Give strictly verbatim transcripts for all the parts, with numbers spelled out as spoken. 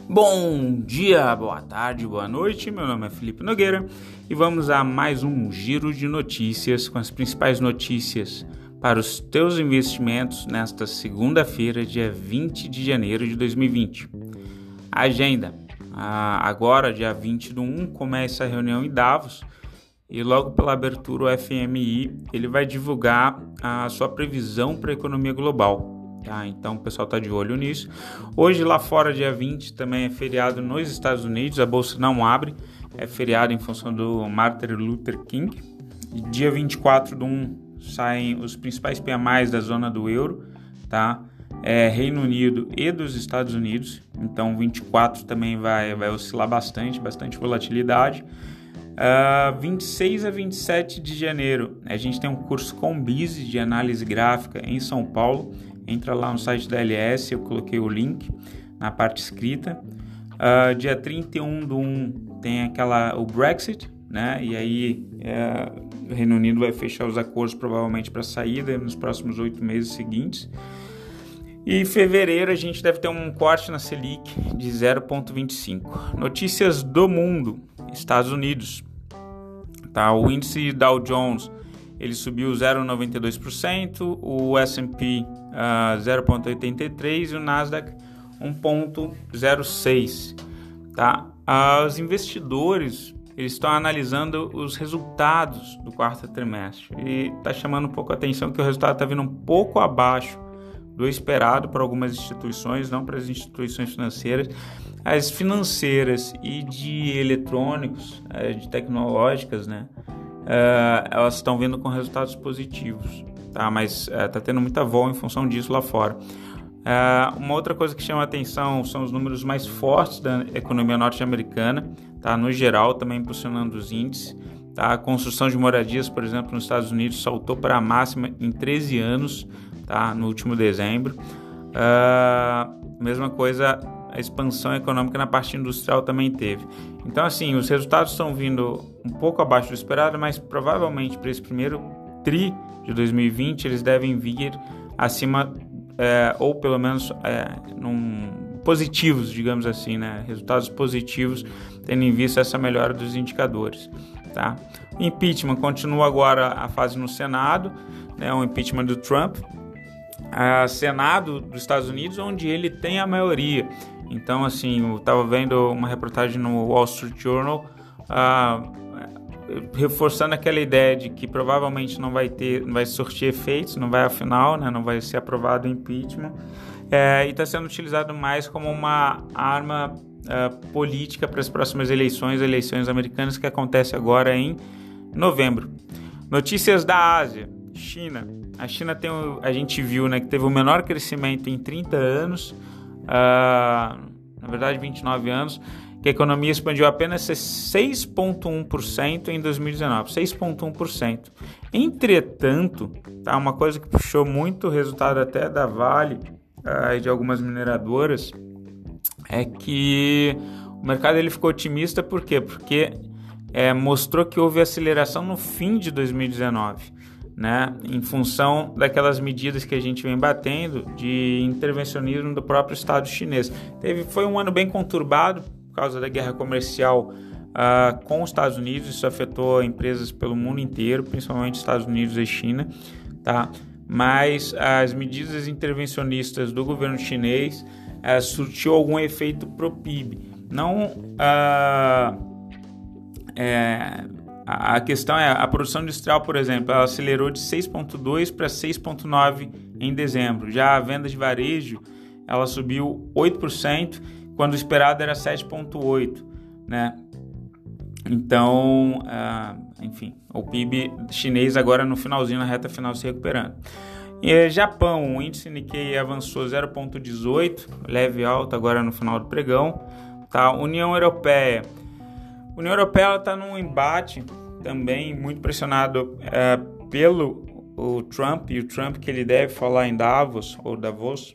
Bom dia, boa tarde, boa noite, meu nome é Felipe Nogueira e vamos a mais um giro de notícias com as principais notícias para os teus investimentos nesta segunda-feira, dia vinte de janeiro de dois mil e vinte. A agenda, agora dia vinte do um, começa a reunião em Davos e logo pela abertura o F M I ele vai divulgar a sua previsão para a economia global. Tá, então o pessoal está de olho nisso. Hoje lá fora, dia vinte, também é feriado nos Estados Unidos, a bolsa não abre, é feriado em função do Martin Luther King. E dia vinte e quatro do um saem os principais P M Is da zona do euro, tá? É, Reino Unido e dos Estados Unidos, então vinte e quatro também vai, vai oscilar bastante, bastante volatilidade. Uh, vinte e seis a vinte e sete de janeiro, a gente tem um curso Combise de análise gráfica em São Paulo. Entra lá no site da L S, eu coloquei o link na parte escrita. Uh, dia trinta e um do um tem aquela, o Brexit, né? E aí é, o Reino Unido vai fechar os acordos provavelmente para saída nos próximos oito meses seguintes. E em fevereiro a gente deve ter um corte na Selic de zero vírgula vinte e cinco. Notícias do mundo, Estados Unidos. Tá, o índice Dow Jones ele subiu zero vírgula noventa e dois por cento, o S and P uh, zero vírgula oitenta e três por cento e o Nasdaq um vírgula zero seis por cento. Tá? Uh, os investidores eles estão analisando os resultados do quarto trimestre e está chamando um pouco a atenção que o resultado está vindo um pouco abaixo do esperado para algumas instituições, não para as instituições financeiras. As financeiras e de eletrônicos, de tecnológicas, né? Uh, elas estão vindo com resultados positivos, tá? Mas está uh, tendo muita vol em função disso lá fora. Uh, uma outra coisa que chama a atenção são os números mais fortes da economia norte-americana, tá? No geral, também impulsionando os índices. Tá? A construção de moradias, por exemplo, nos Estados Unidos saltou para a máxima em treze anos, tá? No último dezembro. Uh, mesma coisa, a expansão econômica na parte industrial também teve. Então, assim, os resultados estão vindo um pouco abaixo do esperado, mas provavelmente para esse primeiro tri de dois mil e vinte eles devem vir acima, é, ou pelo menos é, num, positivos, digamos assim, né? Resultados positivos, tendo em vista essa melhora dos indicadores. Tá? O impeachment continua agora a fase no Senado, né? O impeachment do Trump. A Senado dos Estados Unidos, onde ele tem a maioria. Então, assim, eu estava vendo uma reportagem no Wall Street Journal uh, reforçando aquela ideia de que provavelmente não vai ter, não vai surtir efeitos, não vai afinal, né, não vai ser aprovado o impeachment, é, e está sendo utilizado mais como uma arma uh, política para as próximas eleições, eleições americanas que acontece agora em novembro. Notícias da Ásia, China. A China tem, a gente viu, né, que teve o menor crescimento em trinta anos, uh, na verdade vinte e nove anos, que a economia expandiu apenas seis vírgula um por cento em dois mil e dezenove, seis vírgula um por cento. Entretanto, tá, uma coisa que puxou muito o resultado até da Vale uh, e de algumas mineradoras é que o mercado ele ficou otimista, por quê? Porque é, mostrou que houve aceleração no fim de dois mil e dezenove. Né, em função daquelas medidas que a gente vem batendo de intervencionismo do próprio Estado chinês. Teve, foi um ano bem conturbado por causa da guerra comercial uh, com os Estados Unidos. Isso afetou empresas pelo mundo inteiro, principalmente Estados Unidos e China. Tá? Mas as medidas intervencionistas do governo chinês uh, surtiu algum efeito pro P I B. Não... Uh, é, A questão é, a produção industrial, por exemplo, ela acelerou de seis vírgula dois para seis vírgula nove em dezembro. Já a venda de varejo, ela subiu oito por cento, quando o esperado era sete vírgula oito por cento, né? Então, uh, enfim, o P I B chinês agora no finalzinho, na reta final, se recuperando. E Japão, o índice Nikkei avançou zero vírgula dezoito, leve alta agora no final do pregão. Tá? União Europeia. A União Europeia está num embate também muito pressionado é, pelo o Trump, e o Trump que ele deve falar em Davos, ou Davos,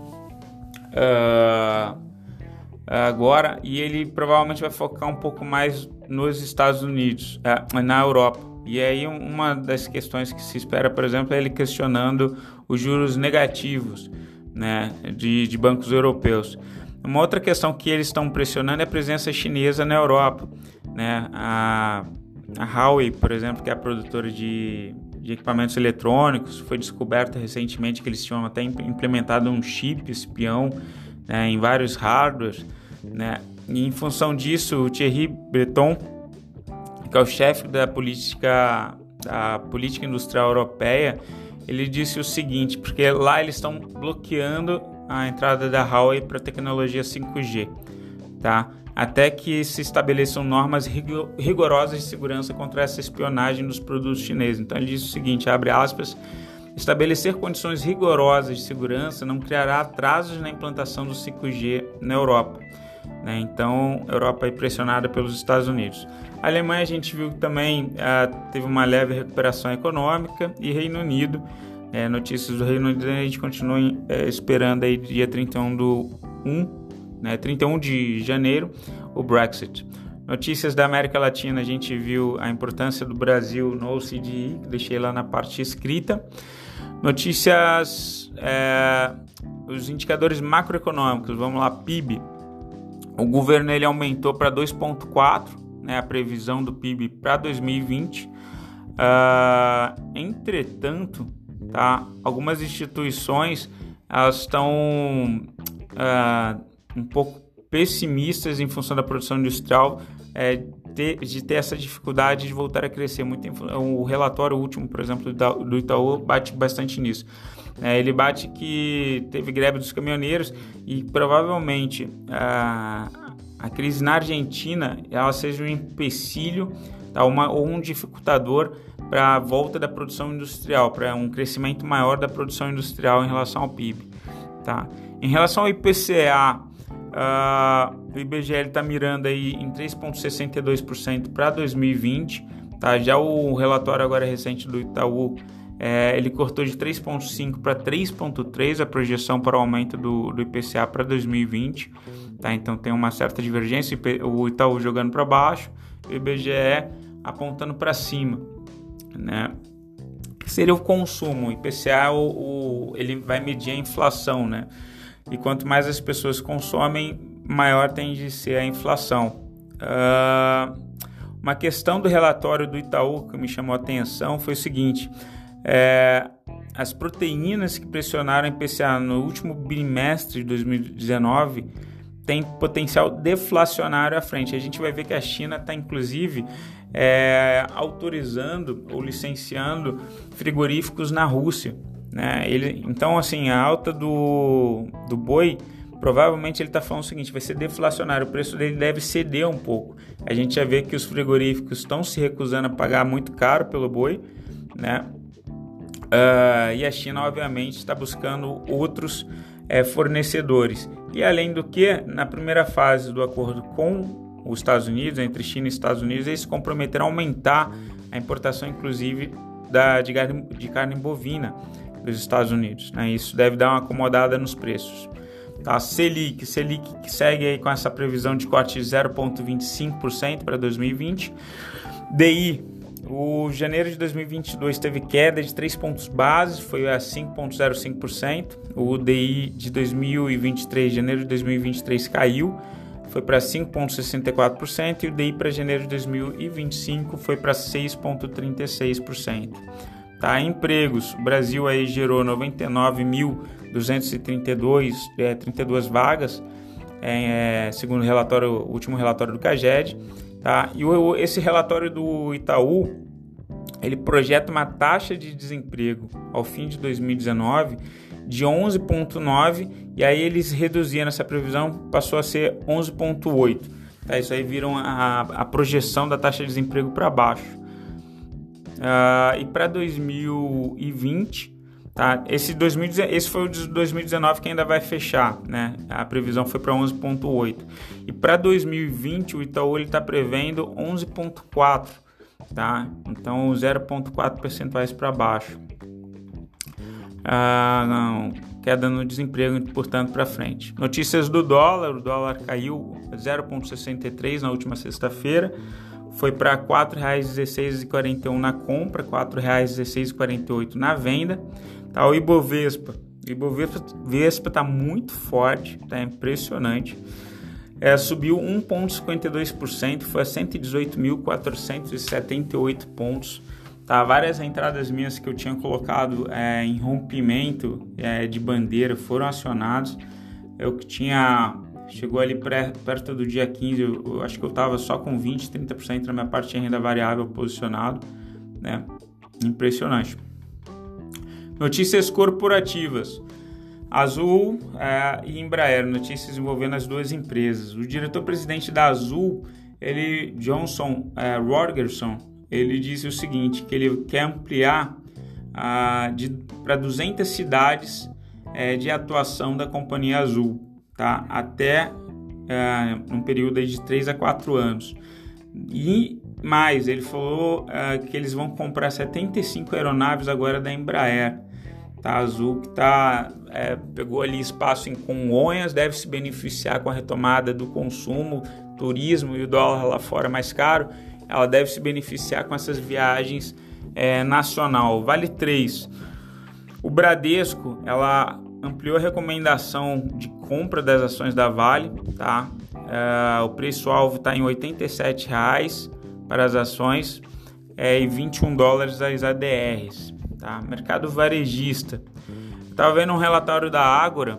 uh, agora, e ele provavelmente vai focar um pouco mais nos Estados Unidos, uh, na Europa. E aí uma das questões que se espera, por exemplo, é ele questionando os juros negativos, né, de, de bancos europeus. Uma outra questão que eles estão pressionando é a presença chinesa na Europa, né? A, a Huawei, por exemplo, que é a produtora de, de equipamentos eletrônicos, foi descoberto recentemente que eles tinham até implementado um chip espião, né, em vários hardwares, né? E em função disso, o Thierry Breton, que é o chefe da política, da política industrial europeia, ele disse o seguinte, porque lá eles estão bloqueando a entrada da Huawei para a tecnologia cinco G, tá? Até que se estabeleçam normas rigorosas de segurança contra essa espionagem dos produtos chineses. Então ele diz o seguinte, abre aspas, estabelecer condições rigorosas de segurança não criará atrasos na implantação do cinco G na Europa, né? Então a Europa é pressionada pelos Estados Unidos. A Alemanha a gente viu que também ah, teve uma leve recuperação econômica, e Reino Unido, é, notícias do Reino Unido, a gente continua é, esperando aí dia trinta e um do um, né, trinta e um de janeiro, o Brexit. Notícias da América Latina, a gente viu a importância do Brasil no O C D E, que deixei lá na parte escrita. Notícias, é, os indicadores macroeconômicos, vamos lá, P I B. O governo ele aumentou para dois vírgula quatro, né, a previsão do P I B para dois mil e vinte. Uh, entretanto, tá, algumas instituições elas estão uh, um pouco pessimistas em função da produção industrial, é, de, de ter essa dificuldade de voltar a crescer. Muito, o relatório último, por exemplo, do Itaú bate bastante nisso. É, ele bate que teve greve dos caminhoneiros e provavelmente a, a crise na Argentina ela seja um empecilho, tá, uma, ou um dificultador para a volta da produção industrial, para um crescimento maior da produção industrial em relação ao P I B. Tá? Em relação ao I P C A, uh, o I B G E está mirando aí em três vírgula sessenta e dois por cento para dois mil e vinte. Tá? Já o relatório agora recente do Itaú, é, ele cortou de três vírgula cinco para três vírgula três a projeção para o aumento do, do I P C A para dois mil e vinte. Tá? Então tem uma certa divergência, o Itaú jogando para baixo, o I B G E apontando para cima, né? Seria o consumo. O I P C A o, o, ele vai medir a inflação, né? E quanto mais as pessoas consomem, maior tende a ser a inflação. Uh, uma questão do relatório do Itaú que me chamou a atenção foi o seguinte: é, as proteínas que pressionaram o I P C A no último bimestre de dois mil e dezenove têm potencial deflacionário à frente. A gente vai ver que a China está, inclusive, é, autorizando ou licenciando frigoríficos na Rússia, né? Ele, então, assim, a alta do, do boi, provavelmente ele está falando o seguinte: vai ser deflacionário, o preço dele deve ceder um pouco. A gente já vê que os frigoríficos estão se recusando a pagar muito caro pelo boi, né? Uh, e a China, obviamente, está buscando outros é, fornecedores. E, além do que, na primeira fase do acordo com os Estados Unidos, entre China e Estados Unidos, eles se comprometeram a aumentar a importação, inclusive, da, de, carne, de carne bovina dos Estados Unidos, né? Isso deve dar uma acomodada nos preços. Tá? Selic, Selic que segue aí com essa previsão de corte de zero vírgula vinte e cinco por cento para dois mil e vinte. D I, o janeiro de dois mil e vinte e dois teve queda de três pontos base, foi a cinco vírgula zero cinco por cento. O D I de dois mil e vinte e três, janeiro de dois mil e vinte e três, caiu, foi para cinco vírgula sessenta e quatro por cento, e o D I para janeiro de dois mil e vinte e cinco foi para seis vírgula trinta e seis por cento. Tá? Empregos, o Brasil aí gerou noventa e nove mil duzentos e trinta e dois, é, trinta e duas vagas, é, segundo o relatório, o último relatório do CAGED. Tá? E o, esse relatório do Itaú, ele projeta uma taxa de desemprego ao fim de dois mil e dezenove de onze vírgula nove, e aí eles reduziram essa previsão, passou a ser onze vírgula oito. Tá? Isso aí viram a, a projeção da taxa de desemprego para baixo. Uh, e para dois mil e vinte, tá? esse, dois mil, esse foi o de dois mil e dezenove que ainda vai fechar, né? A previsão foi para onze vírgula oito. E para dois mil e vinte, o Itaú está prevendo onze vírgula quatro. Tá? Então zero vírgula quatro percentuais para baixo. Ah, não, queda no desemprego, portanto, para frente. Notícias do dólar: o dólar caiu zero vírgula sessenta e três na última sexta-feira, foi para quatro reais e dezesseis e quarenta e um na compra, quatro reais e dezesseis e quarenta e oito na venda. Tá? O Ibovespa O Ibovespa está muito forte, está impressionante. É, subiu um vírgula cinquenta e dois por cento, foi a cento e dezoito mil quatrocentos e setenta e oito pontos. Tá, várias entradas minhas que eu tinha colocado é, em rompimento é, de bandeira foram acionados. Eu que tinha... Chegou ali pré, perto do dia quinze, eu, eu acho que eu estava só com vinte, trinta por cento na minha parte de renda variável posicionado, né? Impressionante. Notícias corporativas. Azul é, e Embraer, notícias envolvendo as duas empresas. O diretor-presidente da Azul, ele, Johnson é, Rogerson, ele disse o seguinte, que ele quer ampliar para duzentas cidades é, de atuação da companhia Azul, tá? Até é, um período de três a quatro anos. E mais, ele falou é, que eles vão comprar setenta e cinco aeronaves agora da Embraer. Tá, a Azul que tá, é, pegou ali espaço em Congonhas, deve se beneficiar com a retomada do consumo, turismo e o dólar lá fora mais caro. Ela deve se beneficiar com essas viagens é, nacional. Vale três. O Bradesco, ela ampliou a recomendação de compra das ações da Vale. Tá? É, o preço-alvo está em oitenta e sete reais para as ações é, e vinte e um dólares as A D Rs. Tá? Mercado varejista. Estava vendo um relatório da Ágora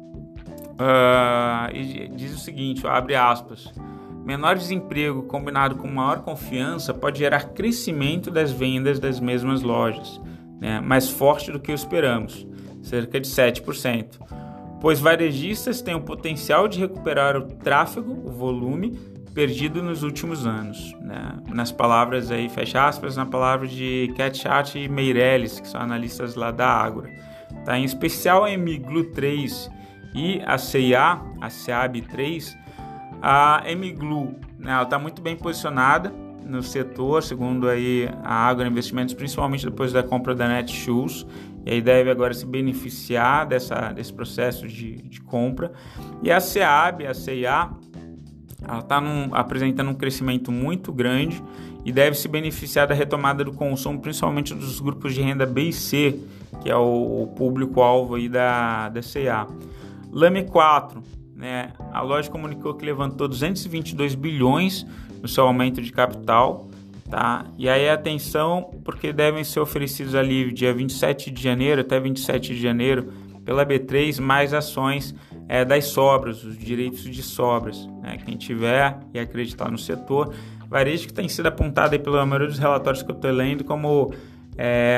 uh, e diz o seguinte, ó, abre aspas, menor desemprego combinado com maior confiança pode gerar crescimento das vendas das mesmas lojas, né? Mais forte do que o esperamos, cerca de sete por cento, pois varejistas têm o potencial de recuperar o tráfego, o volume, perdido nos últimos anos, né? Nas palavras aí, fecha aspas, na palavra de Ketchat e Meirelles, que são analistas lá da Ágora. Tá? Em especial a Emiglu três e a C I A, a SEAB três, a Emiglu, né, ela está muito bem posicionada no setor, segundo aí a Ágora Investimentos, principalmente depois da compra da Netshoes, e aí deve agora se beneficiar dessa, desse processo de, de compra. E a SEAB, a C I A, ela está apresentando um crescimento muito grande e deve se beneficiar da retomada do consumo, principalmente dos grupos de renda B e C, que é o, o público-alvo aí da, da C I A. Lame quatro, né? A loja comunicou que levantou duzentos e vinte e dois bilhões no seu aumento de capital. Tá? E aí atenção, porque devem ser oferecidos ali dia vinte e sete de janeiro até vinte e sete de janeiro pela B três mais ações é, das sobras, os direitos de sobras, né? Quem tiver e acreditar no setor, varejo que tem sido apontado aí pela maioria dos relatórios que eu estou lendo como é,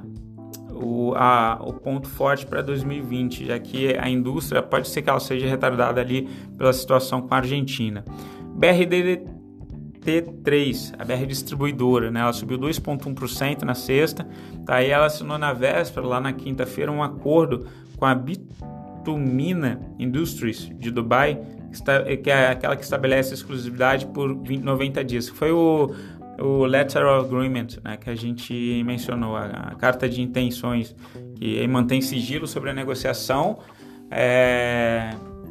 o, a, o ponto forte para dois mil e vinte, já que a indústria pode ser que ela seja retardada ali pela situação com a Argentina. B R D T três, a B R Distribuidora, né? Ela subiu dois vírgula um por cento na sexta, tá? E ela assinou na véspera, lá na quinta-feira, um acordo com a Bitumina Industries de Dubai, que é aquela que estabelece exclusividade por vinte, noventa dias. Foi o, o Letter of Agreement, né, que a gente mencionou, a, a carta de intenções, que mantém sigilo sobre a negociação, é,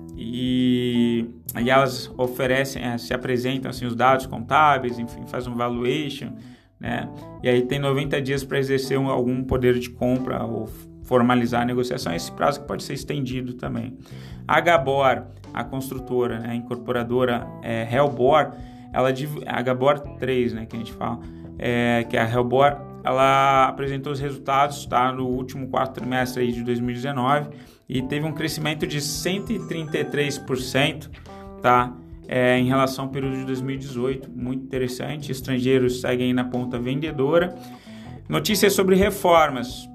e, e elas oferecem, se apresentam assim, os dados contábeis, enfim, faz um valuation, né, e aí tem noventa dias para exercer um, algum poder de compra ou formalizar a negociação, esse prazo que pode ser estendido também. A Gabor, a construtora, né, a incorporadora é, Helbor, ela, a Gabor três, né, que a gente fala, é, que é a Helbor, ela apresentou os resultados, tá, no último quarto trimestre aí de dois mil e dezenove e teve um crescimento de cento e trinta e três por cento, tá, é, em relação ao período de dois mil e dezoito, muito interessante. Estrangeiros seguem aí na ponta vendedora. Notícias sobre reformas.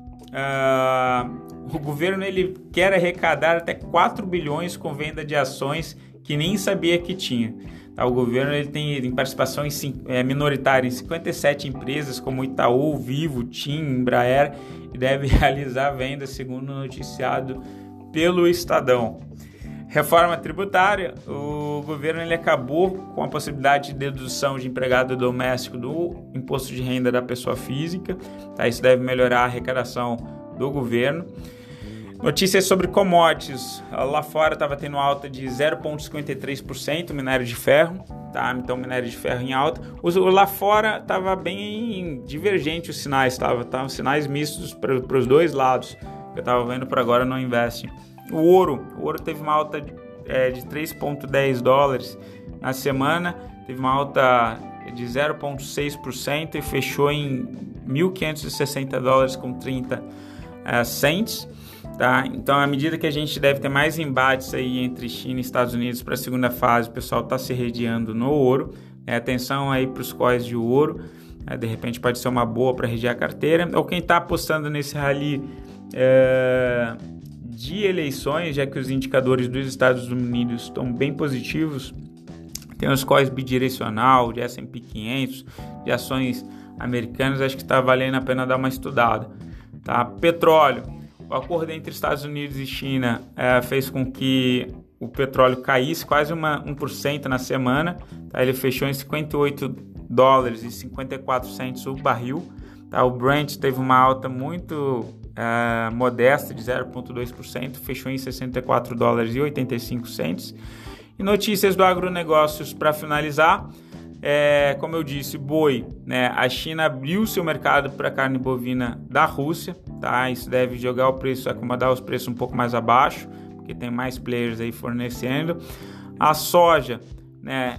Uh, o governo ele quer arrecadar até quatro bilhões com venda de ações que nem sabia que tinha. Tá? O governo ele tem, tem participação em, é, minoritária em cinquenta e sete empresas como Itaú, Vivo, TIM, Embraer e deve realizar vendas segundo noticiado pelo Estadão. Reforma tributária, o governo ele acabou com a possibilidade de dedução de empregado doméstico do imposto de renda da pessoa física, tá? Isso deve melhorar a arrecadação do governo. Notícias sobre commodities, lá fora estava tendo alta de zero vírgula cinquenta e três por cento minério de ferro, tá? Então minério de ferro em alta. Lá fora estava bem divergente os sinais, estavam sinais mistos para os dois lados. que eu estava vendo por agora não investe. O ouro, o ouro teve uma alta é, de três vírgula dez dólares na semana, teve uma alta de zero vírgula seis por cento e fechou em mil quinhentos e sessenta dólares com trinta uh, cents. Tá? Então, à medida que a gente deve ter mais embates aí entre China e Estados Unidos para a segunda fase, o pessoal está se redeando no ouro. Né? Atenção aí para os coins de ouro, né? De repente pode ser uma boa para redear a carteira. Ou quem está apostando nesse rally é, de eleições, já que os indicadores dos Estados Unidos estão bem positivos, tem os coins bidirecional, de S and P quinhentos, de ações americanas, acho que está valendo a pena dar uma estudada. Tá? Petróleo. O acordo entre Estados Unidos e China é, fez com que o petróleo caísse quase uma, um por cento na semana. Tá? Ele fechou em cinquenta e oito dólares e cinquenta e quatro centavos o barril. Tá? O Brent teve uma alta muito é, modesta de zero vírgula dois por cento, fechou em sessenta e quatro dólares e oitenta e cinco centavos. E notícias do agronegócios para finalizar. É, como eu disse, boi, né? A China abriu seu mercado para carne bovina da Rússia, tá? Isso deve jogar o preço, acomodar os preços um pouco mais abaixo, porque tem mais players aí fornecendo. A soja, né?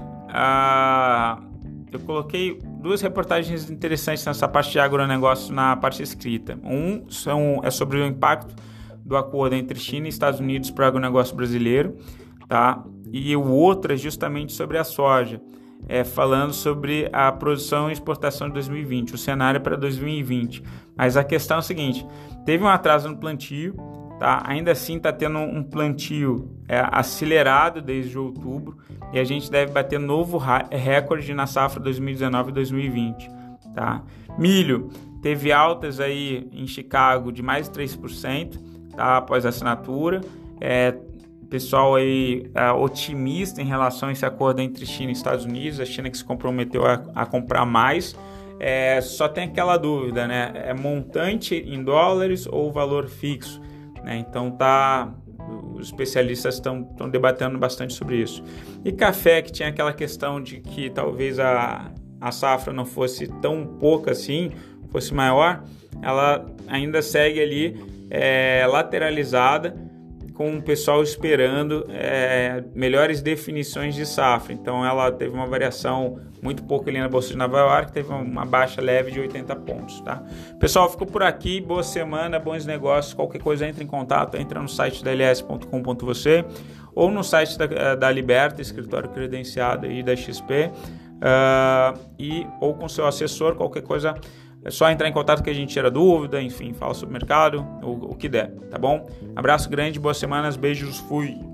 A... Eu coloquei duas reportagens interessantes nessa parte de agronegócio na parte escrita. Um são, é sobre o impacto do acordo entre China e Estados Unidos para o agronegócio brasileiro, tá? E o outro é justamente sobre a soja. É, falando sobre a produção e exportação de dois mil e vinte, o cenário para dois mil e vinte. Mas a questão é o seguinte, teve um atraso no plantio, tá? Ainda assim está tendo um plantio é, acelerado desde outubro e a gente deve bater novo recorde na safra dois mil e dezenove e dois mil e vinte. Tá? Milho teve altas aí em Chicago de mais de três por cento, tá? Após a assinatura. É, pessoal aí é, otimista em relação a esse acordo entre China e Estados Unidos, a China que se comprometeu a, a comprar mais, é, só tem aquela dúvida, né? É montante em dólares ou valor fixo, né? Então tá, os especialistas estão debatendo bastante sobre isso. E café, que tinha aquela questão de que talvez a, a safra não fosse tão pouca assim, fosse maior, ela ainda segue ali é, lateralizada, com o pessoal esperando é, melhores definições de safra. Então ela teve uma variação muito pouco ali na Bolsa de Nova York, teve uma baixa leve de oitenta pontos. Tá? Pessoal, ficou por aqui, boa semana, bons negócios, qualquer coisa entre em contato, entra no site da L S ponto com ponto v c ou no site da, da Liberta, escritório credenciado aí da X P, uh, e, ou com seu assessor, qualquer coisa. É só entrar em contato que a gente tira dúvida, enfim, fala sobre o mercado, o, o que der, tá bom? Abraço grande, boas semanas, beijos, fui!